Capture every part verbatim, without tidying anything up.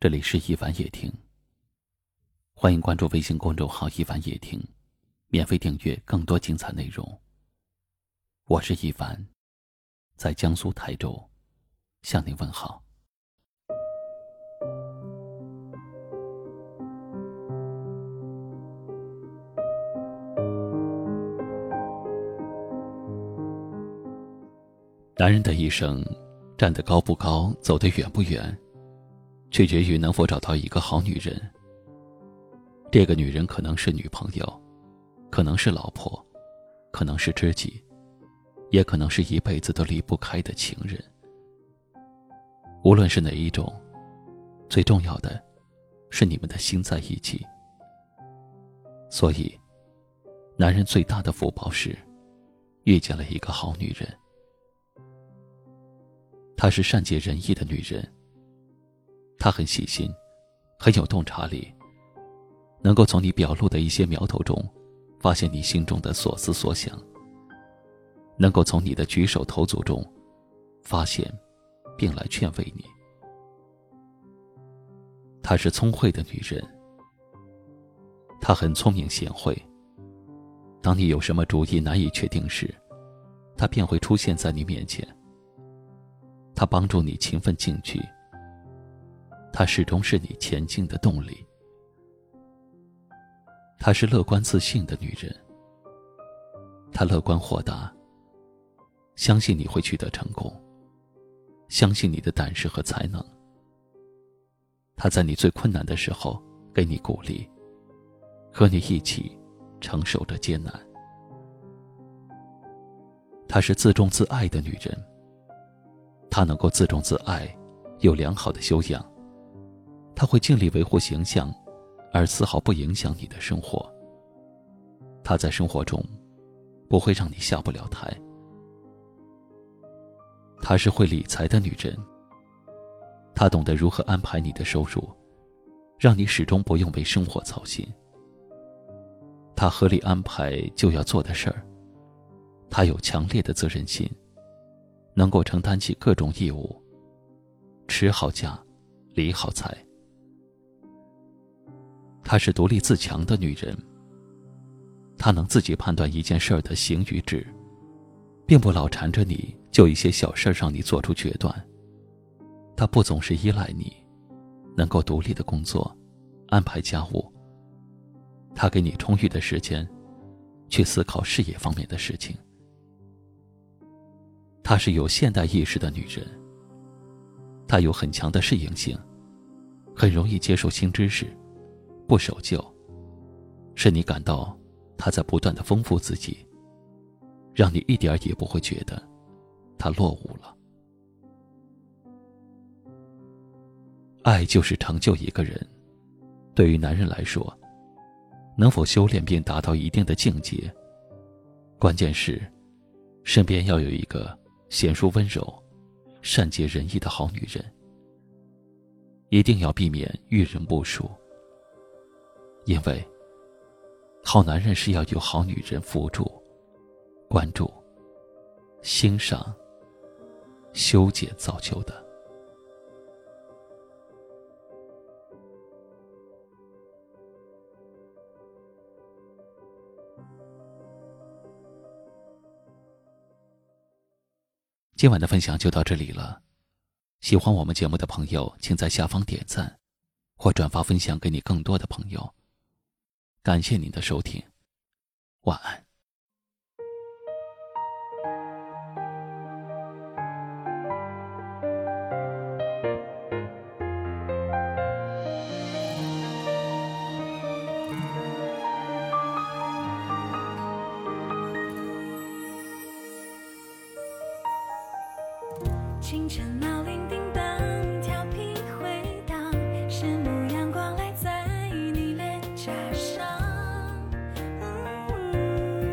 这里是一凡夜听，欢迎关注微信公众号一凡夜听，免费订阅更多精彩内容。我是一凡，在江苏台州向您问好。男人的一生，站得高不高，走得远不远，取决于能否找到一个好女人。这个女人可能是女朋友，可能是老婆，可能是知己，也可能是一辈子都离不开的情人。无论是哪一种，最重要的是你们的心在一起。所以，男人最大的福报是遇见了一个好女人。她是善解人意的女人，她很细心，很有洞察力，能够从你表露的一些苗头中发现你心中的所思所想，能够从你的举手投足中发现并来劝慰你。她是聪慧的女人，她很聪明贤惠，当你有什么主意难以确定时，她便会出现在你面前。她帮助你勤奋进取，她始终是你前进的动力。她是乐观自信的女人，她乐观豁达，相信你会取得成功，相信你的胆识和才能。她在你最困难的时候给你鼓励，和你一起承受着艰难。她是自重自爱的女人，她能够自重自爱，有良好的修养，她会尽力维护形象，而丝毫不影响你的生活。她在生活中不会让你下不了台。她是会理财的女人，她懂得如何安排你的收入，让你始终不用为生活操心。她合理安排就要做的事儿，她有强烈的责任心，能够承担起各种义务，持好家，理好财。她是独立自强的女人，她能自己判断一件事儿的行与止，并不老缠着你就一些小事让你做出决断。她不总是依赖你，能够独立的工作，安排家务。她给你充裕的时间去思考事业方面的事情。她是有现代意识的女人，她有很强的适应性，很容易接受新知识，不守旧，使你感到她在不断地丰富自己，让你一点也不会觉得她落伍了。爱就是成就一个人，对于男人来说，能否修炼并达到一定的境界，关键是身边要有一个贤淑温柔、善解人意的好女人。一定要避免遇人不淑，因为好男人是要有好女人扶助、关注、欣赏、修剪造就的。今晚的分享就到这里了，喜欢我们节目的朋友，请在下方点赞或转发分享给你更多的朋友。感谢您的收听，晚安。 清晨闹铃叮当，调皮回荡，是牧阳光来在你脸颊上。嗯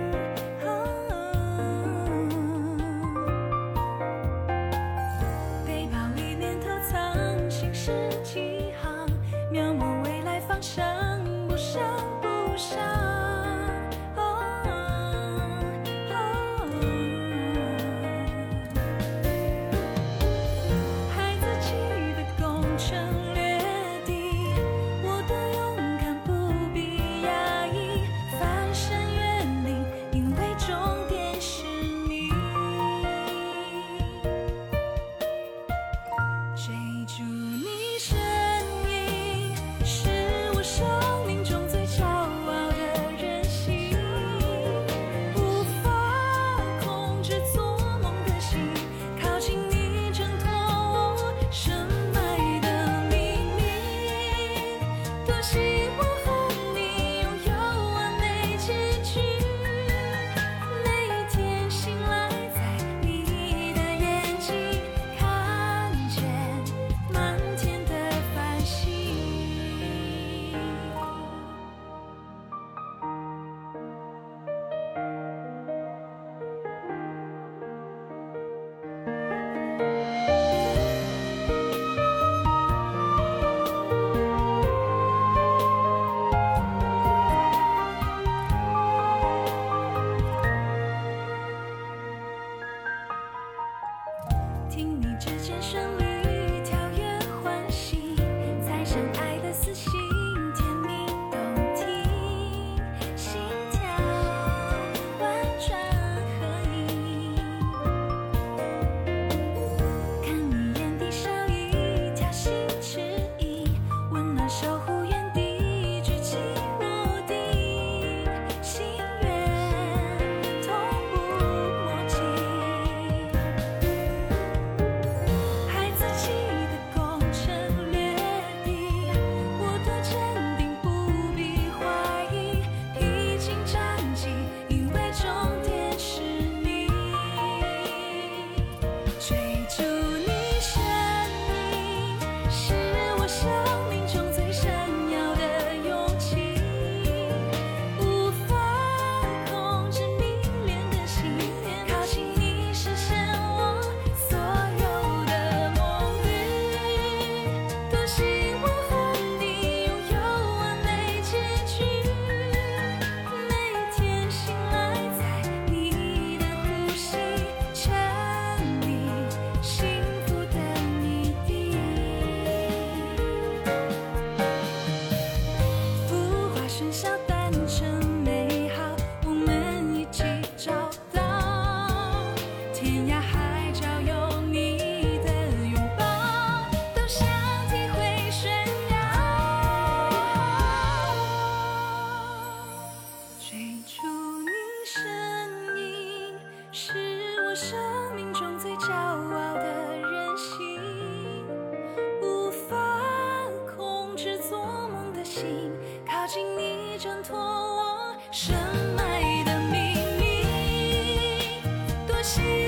请你挣脱我深埋的秘密，多希